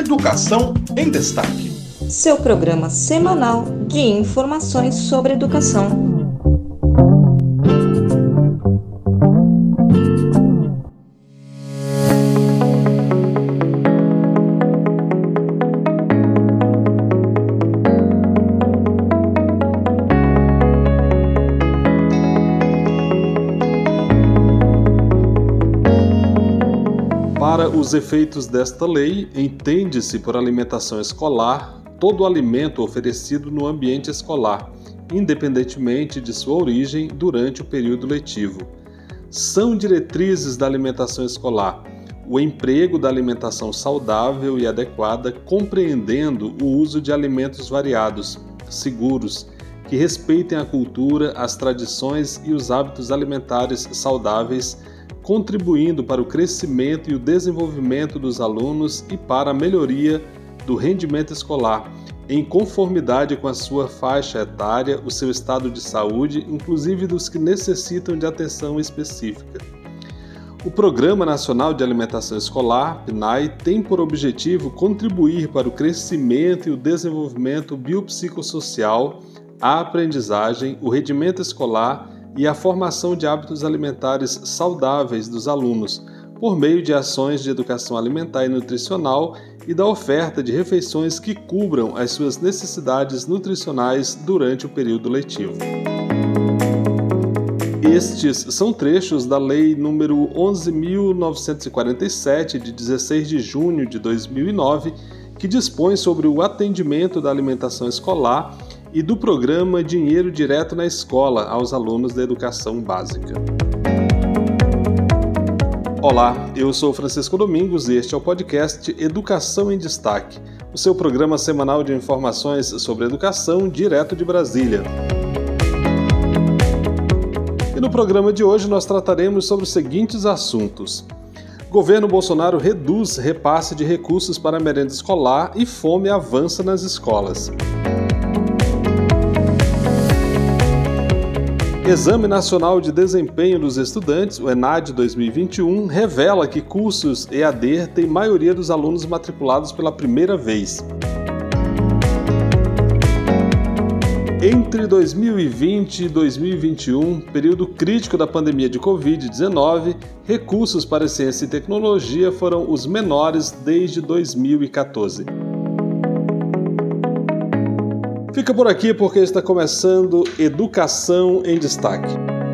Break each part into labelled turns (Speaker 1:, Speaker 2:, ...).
Speaker 1: Educação em Destaque.
Speaker 2: Seu programa semanal de informações sobre educação.
Speaker 3: Para os efeitos desta lei, entende-se por alimentação escolar todo alimento oferecido no ambiente escolar, independentemente de sua origem durante o período letivo. São diretrizes da alimentação escolar o emprego da alimentação saudável e adequada, compreendendo o uso de alimentos variados, seguros, que respeitem a cultura, as tradições e os hábitos alimentares saudáveis, contribuindo para o crescimento e o desenvolvimento dos alunos e para a melhoria do rendimento escolar, em conformidade com a sua faixa etária, o seu estado de saúde, inclusive dos que necessitam de atenção específica. O Programa Nacional de Alimentação Escolar, PNAE, tem por objetivo contribuir para o crescimento e o desenvolvimento biopsicossocial, a aprendizagem, o rendimento escolar e a formação de hábitos alimentares saudáveis dos alunos, por meio de ações de educação alimentar e nutricional e da oferta de refeições que cubram as suas necessidades nutricionais durante o período letivo. Estes são trechos da Lei nº 11.947, de 16 de junho de 2009, que dispõe sobre o atendimento da alimentação escolar e do programa Dinheiro Direto na Escola aos alunos da educação básica. Olá, eu sou Francisco Domingos e este é o podcast Educação em Destaque, o seu programa semanal de informações sobre educação direto de Brasília. E no programa de hoje nós trataremos sobre os seguintes assuntos. Governo Bolsonaro reduz repasse de recursos para a merenda escolar e fome avança nas escolas. Exame Nacional de Desempenho dos Estudantes, o ENAD 2021, revela que cursos EAD têm maioria dos alunos matriculados pela primeira vez. Entre 2020 e 2021, período crítico da pandemia de Covid-19, recursos para ciência e tecnologia foram os menores desde 2014. Fica por aqui porque está começando Educação em Destaque.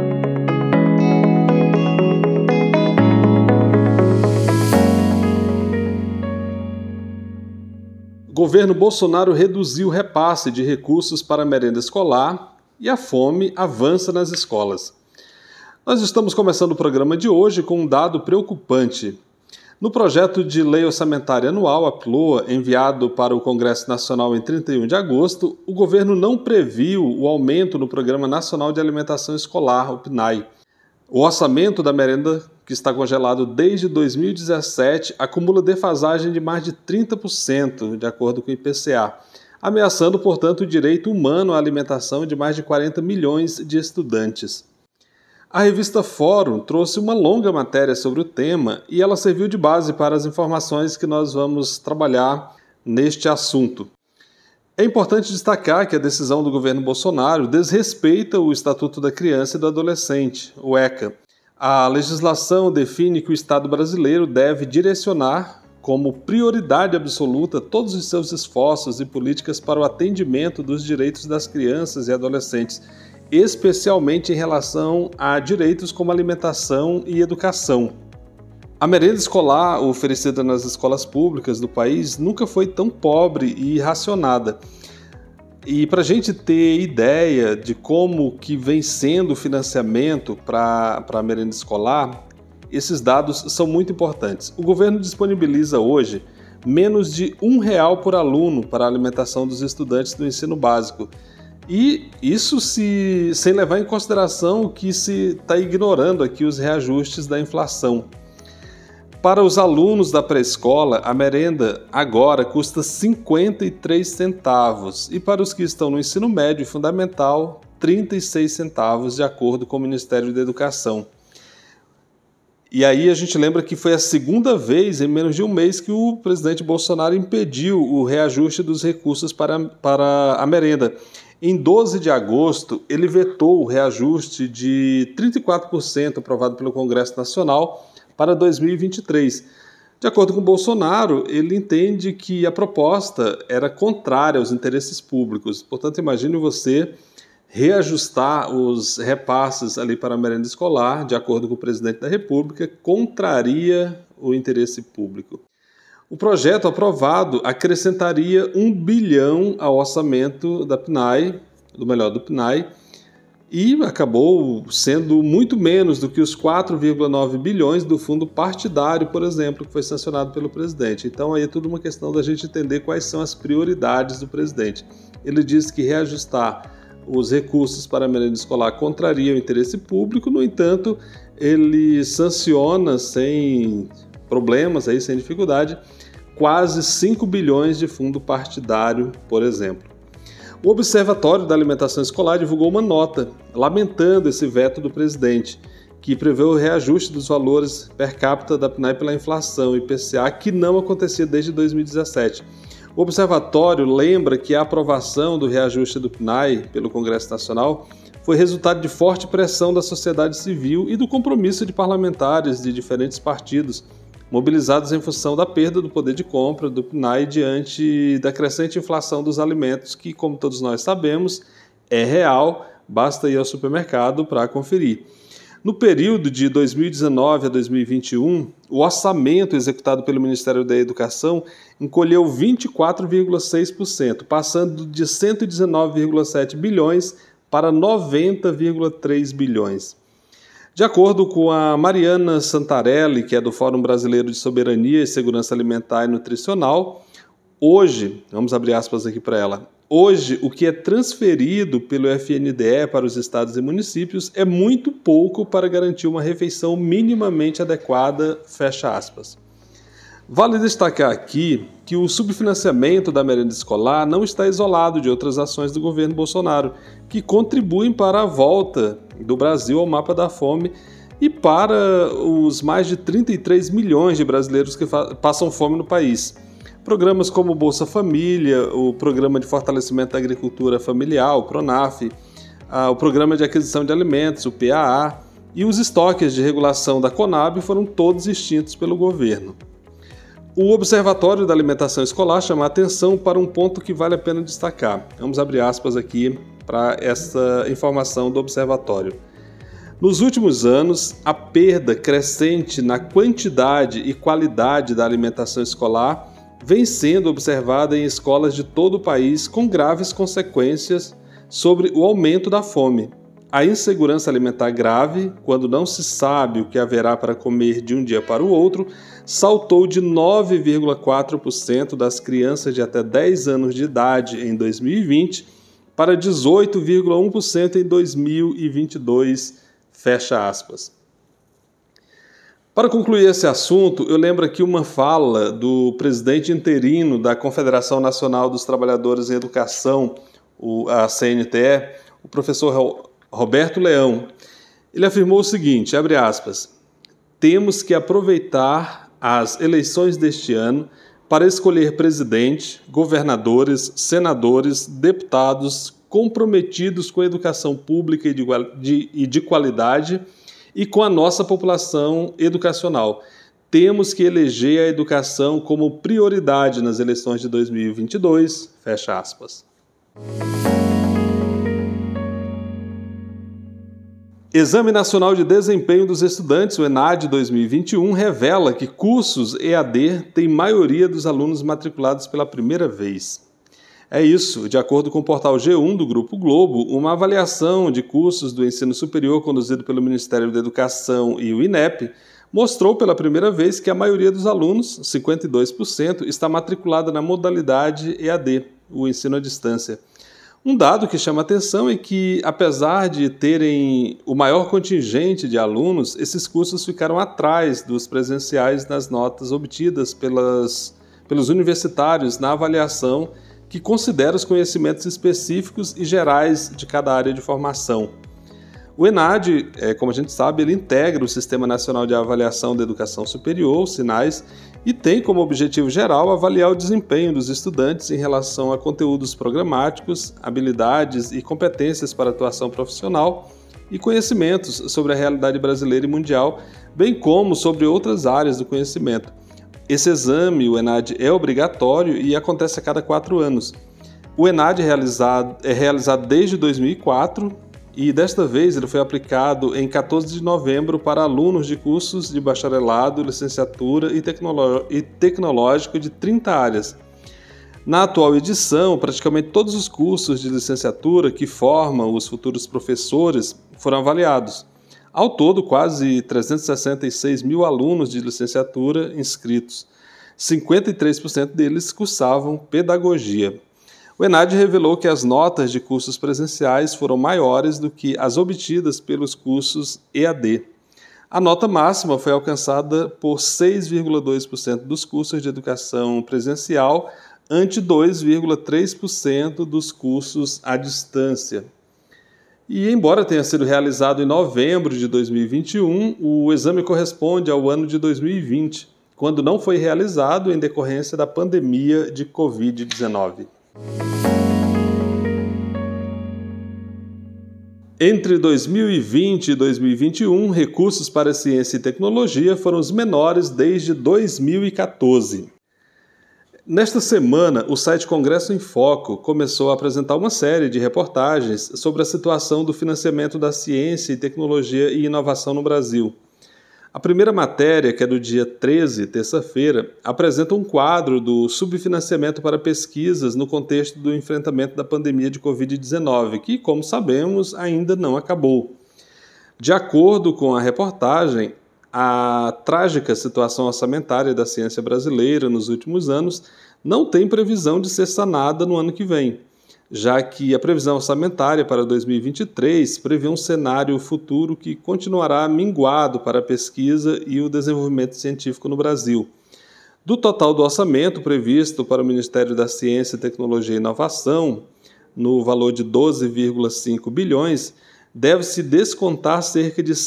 Speaker 3: O governo Bolsonaro reduziu o repasse de recursos para a merenda escolar e a fome avança nas escolas. Nós estamos começando o programa de hoje com um dado preocupante. No projeto de lei orçamentária anual, a PLOA, enviado para o Congresso Nacional em 31 de agosto, o governo não previu o aumento no Programa Nacional de Alimentação Escolar, o PNAE. O orçamento da merenda, que está congelado desde 2017, acumula defasagem de mais de 30%, de acordo com o IPCA, ameaçando, portanto, o direito humano à alimentação de mais de 40 milhões de estudantes. A revista Fórum trouxe uma longa matéria sobre o tema e ela serviu de base para as informações que nós vamos trabalhar neste assunto. É importante destacar que a decisão do governo Bolsonaro desrespeita o Estatuto da Criança e do Adolescente, o ECA. A legislação define que o Estado brasileiro deve direcionar como prioridade absoluta todos os seus esforços e políticas para o atendimento dos direitos das crianças e adolescentes, especialmente em relação a direitos como alimentação e educação. A merenda escolar oferecida nas escolas públicas do país nunca foi tão pobre e racionada. E para a gente ter ideia de como que vem sendo o financiamento para a merenda escolar, esses dados são muito importantes. O governo disponibiliza hoje menos de R$1 por aluno para a alimentação dos estudantes do ensino básico. E isso sem levar em consideração que se está ignorando aqui os reajustes da inflação. Para os alunos da pré-escola, a merenda agora custa 53 centavos e para os que estão no ensino médio e fundamental, 36 centavos, de acordo com o Ministério da Educação. E aí a gente lembra que foi a segunda vez em menos de um mês que o presidente Bolsonaro impediu o reajuste dos recursos para a merenda. Em 12 de agosto, ele vetou o reajuste de 34% aprovado pelo Congresso Nacional para 2023. De acordo com Bolsonaro, ele entende que a proposta era contrária aos interesses públicos. Portanto, imagine você reajustar os repasses ali para a merenda escolar, de acordo com o presidente da República, contraria o interesse público. O projeto aprovado acrescentaria 1 bilhão ao orçamento da PNAE, do PNAE, e acabou sendo muito menos do que os 4,9 bilhões do fundo partidário, por exemplo, que foi sancionado pelo presidente. Então aí é tudo uma questão da gente entender quais são as prioridades do presidente. Ele diz que reajustar os recursos para a merenda escolar contraria o interesse público, no entanto, ele sanciona sem problemas, sem dificuldade, quase 5 bilhões de fundo partidário, por exemplo. O Observatório da Alimentação Escolar divulgou uma nota lamentando esse veto do presidente, que prevê o reajuste dos valores per capita da PNAE pela inflação e IPCA, que não acontecia desde 2017. O Observatório lembra que a aprovação do reajuste do PNAE pelo Congresso Nacional foi resultado de forte pressão da sociedade civil e do compromisso de parlamentares de diferentes partidos, mobilizados em função da perda do poder de compra do PNAE diante da crescente inflação dos alimentos, que, como todos nós sabemos, é real, basta ir ao supermercado para conferir. No período de 2019 a 2021, o orçamento executado pelo Ministério da Educação encolheu 24,6%, passando de 119,7 bilhões para 90,3 bilhões. De acordo com a Mariana Santarelli, que é do Fórum Brasileiro de Soberania e Segurança Alimentar e Nutricional, hoje, vamos abrir aspas aqui para ela, hoje o que é transferido pelo FNDE para os estados e municípios é muito pouco para garantir uma refeição minimamente adequada, fecha aspas. Vale destacar aqui que o subfinanciamento da merenda escolar não está isolado de outras ações do governo Bolsonaro, que contribuem para a volta do Brasil ao mapa da fome e para os mais de 33 milhões de brasileiros que passam fome no país. Programas como o Bolsa Família, o Programa de Fortalecimento da Agricultura Familiar, o PRONAF, o Programa de Aquisição de Alimentos, o PAA, e os estoques de regulação da Conab foram todos extintos pelo governo. O Observatório da Alimentação Escolar chama a atenção para um ponto que vale a pena destacar. Vamos abrir aspas aqui para essa informação do Observatório. Nos últimos anos, a perda crescente na quantidade e qualidade da alimentação escolar vem sendo observada em escolas de todo o país, com graves consequências sobre o aumento da fome. A insegurança alimentar grave, quando não se sabe o que haverá para comer de um dia para o outro, saltou de 9,4% das crianças de até 10 anos de idade em 2020 para 18,1% em 2022, fecha aspas. Para concluir esse assunto, eu lembro aqui uma fala do presidente interino da Confederação Nacional dos Trabalhadores em Educação, a CNTE, o professor Roberto Leão. Ele afirmou o seguinte, abre aspas, temos que aproveitar as eleições deste ano para escolher presidente, governadores, senadores, deputados comprometidos com a educação pública e de qualidade e com a nossa população educacional. Temos que eleger a educação como prioridade nas eleições de 2022, fecha aspas. Exame Nacional de Desempenho dos Estudantes, o ENAD 2021, revela que cursos EAD têm maioria dos alunos matriculados pela primeira vez. É isso, de acordo com o portal G1 do Grupo Globo, uma avaliação de cursos do ensino superior conduzido pelo Ministério da Educação e o INEP mostrou pela primeira vez que a maioria dos alunos, 52%, está matriculada na modalidade EAD, o ensino à distância. Um dado que chama atenção é que, apesar de terem o maior contingente de alunos, esses cursos ficaram atrás dos presenciais nas notas obtidas pelos universitários na avaliação que considera os conhecimentos específicos e gerais de cada área de formação. O ENAD, como a gente sabe, ele integra o Sistema Nacional de Avaliação da Educação Superior, o SINAES, e tem como objetivo geral avaliar o desempenho dos estudantes em relação a conteúdos programáticos, habilidades e competências para atuação profissional e conhecimentos sobre a realidade brasileira e mundial, bem como sobre outras áreas do conhecimento. Esse exame, o ENAD, é obrigatório e acontece a cada 4 anos. O ENAD é realizado desde 2004 e desta vez ele foi aplicado em 14 de novembro para alunos de cursos de bacharelado, licenciatura e tecnológico de 30 áreas. Na atual edição, praticamente todos os cursos de licenciatura que formam os futuros professores foram avaliados. Ao todo, quase 366 mil alunos de licenciatura inscritos. 53% deles cursavam pedagogia. O ENAD revelou que as notas de cursos presenciais foram maiores do que as obtidas pelos cursos EAD. A nota máxima foi alcançada por 6,2% dos cursos de educação presencial, ante 2,3% dos cursos à distância. E, embora tenha sido realizado em novembro de 2021, o exame corresponde ao ano de 2020, quando não foi realizado em decorrência da pandemia de Covid-19. Entre 2020 e 2021, recursos para ciência e tecnologia foram os menores desde 2014. Nesta semana, o site Congresso em Foco começou a apresentar uma série de reportagens sobre a situação do financiamento da ciência e tecnologia e inovação no Brasil. A primeira matéria, que é do dia 13, terça-feira, apresenta um quadro do subfinanciamento para pesquisas no contexto do enfrentamento da pandemia de Covid-19, que, como sabemos, ainda não acabou. De acordo com a reportagem, a trágica situação orçamentária da ciência brasileira nos últimos anos não tem previsão de ser sanada no ano que vem, já que a previsão orçamentária para 2023 prevê um cenário futuro que continuará minguado para a pesquisa e o desenvolvimento científico no Brasil. Do total do orçamento previsto para o Ministério da Ciência, Tecnologia e Inovação, no valor de 12,5 bilhões, deve-se descontar cerca de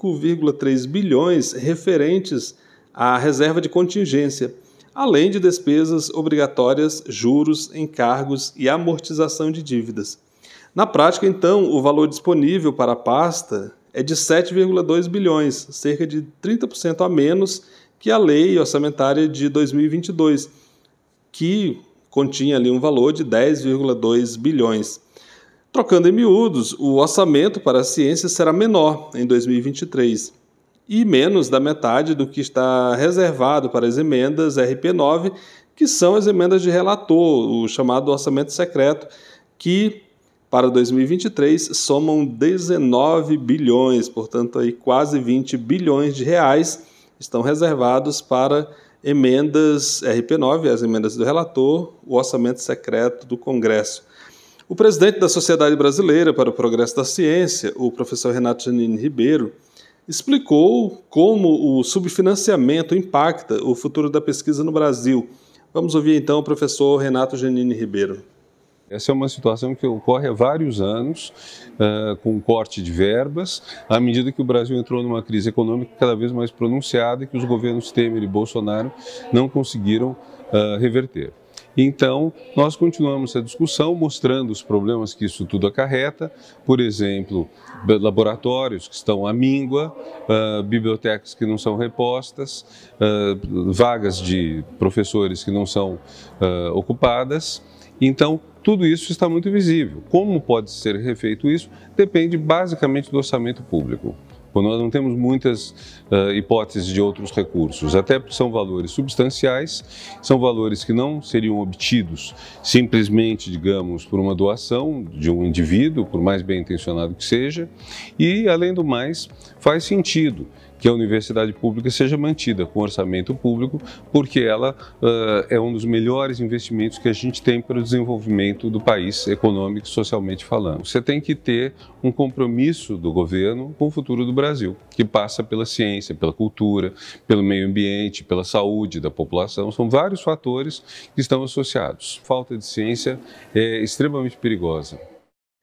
Speaker 3: 5,3 bilhões referentes à reserva de contingência, além de despesas obrigatórias, juros, encargos e amortização de dívidas. Na prática, então, o valor disponível para a pasta é de 7,2 bilhões, cerca de 30% a menos que a lei orçamentária de 2022, que continha ali um valor de 10,2 bilhões. Trocando em miúdos, o orçamento para a ciência será menor em 2023 e menos da metade do que está reservado para as emendas RP9, que são as emendas de relator, o chamado orçamento secreto, que para 2023 somam 19 bilhões, portanto aí quase 20 bilhões de reais estão reservados para emendas RP9, as emendas do relator, o orçamento secreto do Congresso. O presidente da Sociedade Brasileira para o Progresso da Ciência, o professor Renato Janine Ribeiro, explicou como o subfinanciamento impacta o futuro da pesquisa no Brasil. Vamos ouvir então o professor Renato Janine Ribeiro.
Speaker 4: Essa é uma situação que ocorre há vários anos, com corte de verbas, à medida que o Brasil entrou numa crise econômica cada vez mais pronunciada e que os governos Temer e Bolsonaro não conseguiram reverter. Então, nós continuamos a discussão mostrando os problemas que isso tudo acarreta, por exemplo, laboratórios que estão à míngua, bibliotecas que não são repostas, vagas de professores que não são ocupadas. Então, tudo isso está muito visível. Como pode ser refeito isso? Depende basicamente do orçamento público. Nós não temos muitas hipóteses de outros recursos, até porque são valores substanciais, são valores que não seriam obtidos simplesmente, digamos, por uma doação de um indivíduo, por mais bem intencionado que seja, e, além do mais, faz sentido que a universidade pública seja mantida com orçamento público, porque ela é um dos melhores investimentos que a gente tem para o desenvolvimento do país, econômico e socialmente falando. Você tem que ter um compromisso do governo com o futuro do Brasil, que passa pela ciência, pela cultura, pelo meio ambiente, pela saúde da população. São vários fatores que estão associados. Falta de ciência é extremamente perigosa.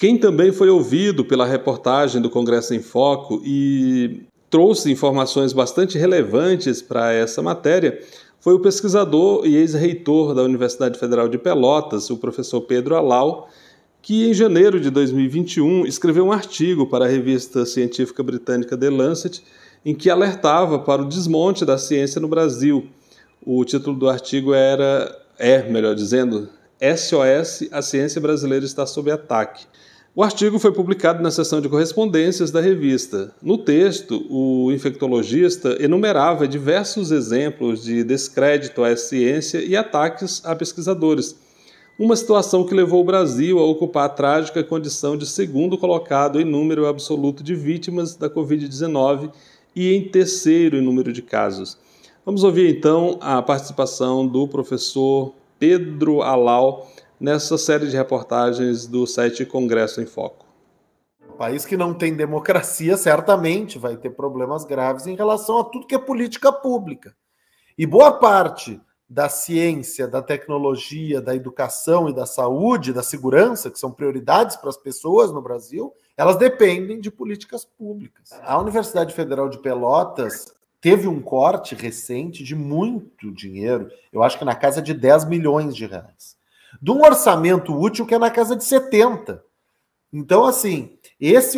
Speaker 3: Quem também foi ouvido pela reportagem do Congresso em Foco e trouxe informações bastante relevantes para essa matéria foi o pesquisador e ex-reitor da Universidade Federal de Pelotas, o professor Pedro Allau, que em janeiro de 2021 escreveu um artigo para a revista científica britânica The Lancet, em que alertava para o desmonte da ciência no Brasil. O título do artigo melhor dizendo, SOS, a ciência brasileira está sob ataque. O artigo foi publicado na seção de correspondências da revista. No texto, o infectologista enumerava diversos exemplos de descrédito à ciência e ataques a pesquisadores. Uma situação que levou o Brasil a ocupar a trágica condição de segundo colocado em número absoluto de vítimas da Covid-19 e em terceiro em número de casos. Vamos ouvir então a participação do professor Pedro Allau nessa série de reportagens do site Congresso em Foco.
Speaker 5: Um país que não tem democracia certamente vai ter problemas graves em relação a tudo que é política pública. E boa parte da ciência, da tecnologia, da educação e da saúde, da segurança, que são prioridades para as pessoas no Brasil, elas dependem de políticas públicas. A Universidade Federal de Pelotas teve um corte recente de muito dinheiro, eu acho que na casa de 10 milhões de reais. De um orçamento útil que é na casa de 70. Então, assim, esse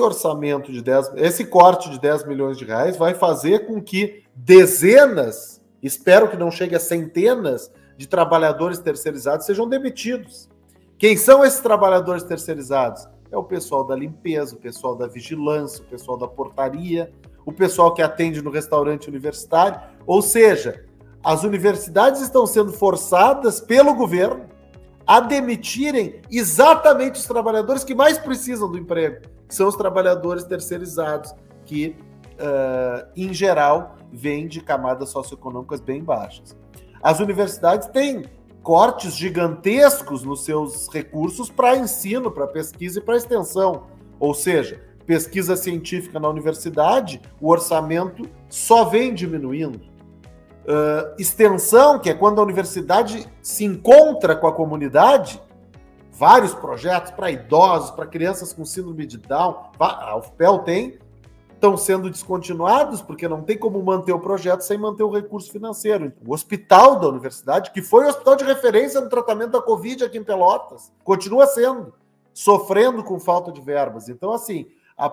Speaker 5: corte de 10 milhões de reais vai fazer com que dezenas, espero que não chegue a centenas, de trabalhadores terceirizados sejam demitidos. Quem são esses trabalhadores terceirizados? É o pessoal da limpeza, o pessoal da vigilância, o pessoal da portaria, o pessoal que atende no restaurante universitário. Ou seja, as universidades estão sendo forçadas pelo governo a demitirem exatamente os trabalhadores que mais precisam do emprego, que são os trabalhadores terceirizados, que, em geral, vêm de camadas socioeconômicas bem baixas. As universidades têm cortes gigantescos nos seus recursos para ensino, para pesquisa e para extensão. Ou seja, pesquisa científica na universidade, o orçamento só vem diminuindo. Extensão, que é quando a universidade se encontra com a comunidade, vários projetos para idosos, para crianças com síndrome de Down, a UFPEL tem, estão sendo descontinuados porque não tem como manter o projeto sem manter o recurso financeiro. O hospital da universidade, que foi o hospital de referência no tratamento da Covid aqui em Pelotas, continua sendo, sofrendo com falta de verbas. Então, assim,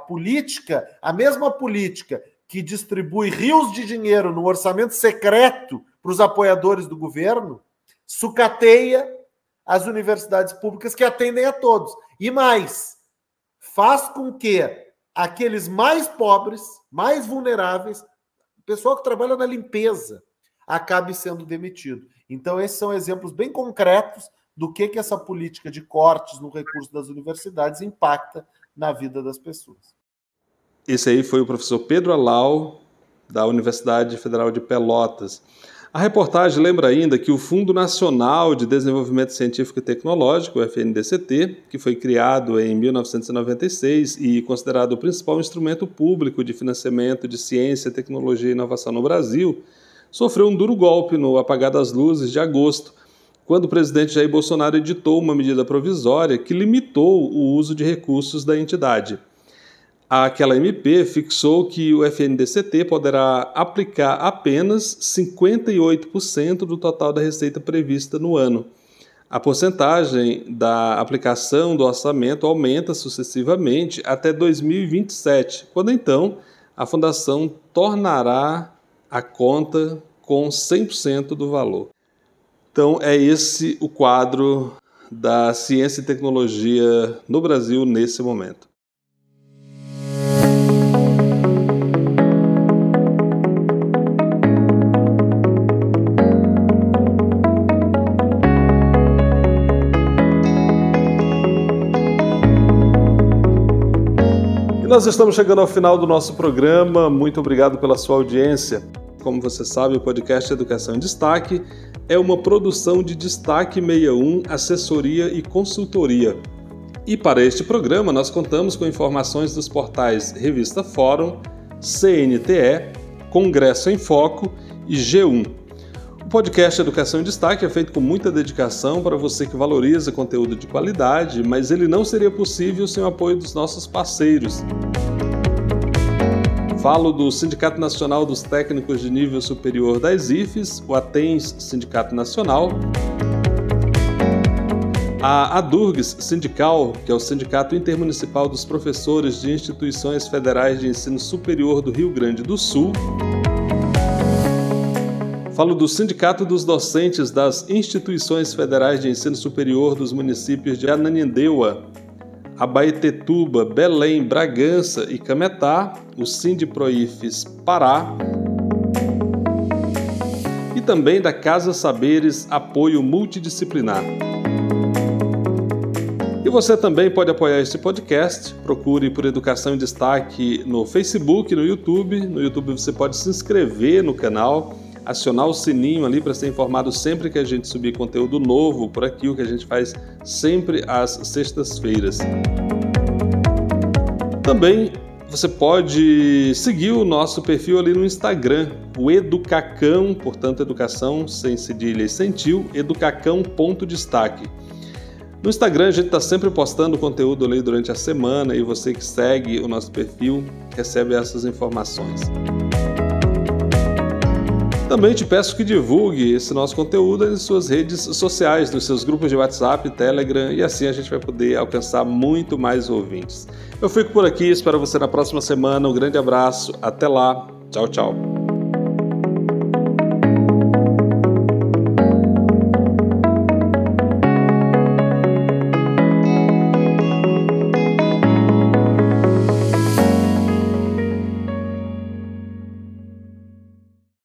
Speaker 5: a mesma política que distribui rios de dinheiro no orçamento secreto para os apoiadores do governo, sucateia as universidades públicas que atendem a todos. E mais, faz com que aqueles mais pobres, mais vulneráveis, o pessoal que trabalha na limpeza, acabe sendo demitido. Então, esses são exemplos bem concretos do que essa política de cortes no recurso das universidades impacta na vida das pessoas.
Speaker 3: Esse aí foi o professor Pedro Allau, da Universidade Federal de Pelotas. A reportagem lembra ainda que o Fundo Nacional de Desenvolvimento Científico e Tecnológico, o FNDCT, que foi criado em 1996 e considerado o principal instrumento público de financiamento de ciência, tecnologia e inovação no Brasil, sofreu um duro golpe no apagar das luzes de agosto, quando o presidente Jair Bolsonaro editou uma medida provisória que limitou o uso de recursos da entidade. Aquela MP fixou que o FNDCT poderá aplicar apenas 58% do total da receita prevista no ano. A porcentagem da aplicação do orçamento aumenta sucessivamente até 2027, quando então a Fundação tornará a conta com 100% do valor. Então é esse o quadro da ciência e tecnologia no Brasil nesse momento. Nós estamos chegando ao final do nosso programa. Muito obrigado pela sua audiência. Como você sabe, o podcast Educação em Destaque é uma produção de Destaque 61, assessoria e consultoria. E para este programa, nós contamos com informações dos portais Revista Fórum, CNTE, Congresso em Foco e G1. O podcast Educação em Destaque é feito com muita dedicação para você que valoriza conteúdo de qualidade, mas ele não seria possível sem o apoio dos nossos parceiros. Falo do Sindicato Nacional dos Técnicos de Nível Superior das IFES, o ATENS Sindicato Nacional, a ADURGS Sindical, que é o Sindicato Intermunicipal dos Professores de Instituições Federais de Ensino Superior do Rio Grande do Sul. Falo do Sindicato dos Docentes das Instituições Federais de Ensino Superior dos municípios de Ananindeua, Abaetetuba, Belém, Bragança e Cametá, o Sindiproifes Pará, e também da Casa Saberes Apoio Multidisciplinar. E você também pode apoiar este podcast. Procure por Educação em Destaque no Facebook, no YouTube. No YouTube você pode se inscrever no canal, acionar o sininho ali para ser informado sempre que a gente subir conteúdo novo por aqui, o que a gente faz sempre às sextas-feiras. Também você pode seguir o nosso perfil ali no Instagram, o Educacão, portanto educação sem cedilha e sem tio, educacão.destaque. No Instagram a gente está sempre postando conteúdo ali durante a semana e você que segue o nosso perfil recebe essas informações. Também te peço que divulgue esse nosso conteúdo nas suas redes sociais, nos seus grupos de WhatsApp, Telegram, e assim a gente vai poder alcançar muito mais ouvintes. Eu fico por aqui, espero você na próxima semana. Um grande abraço, até lá, tchau, tchau.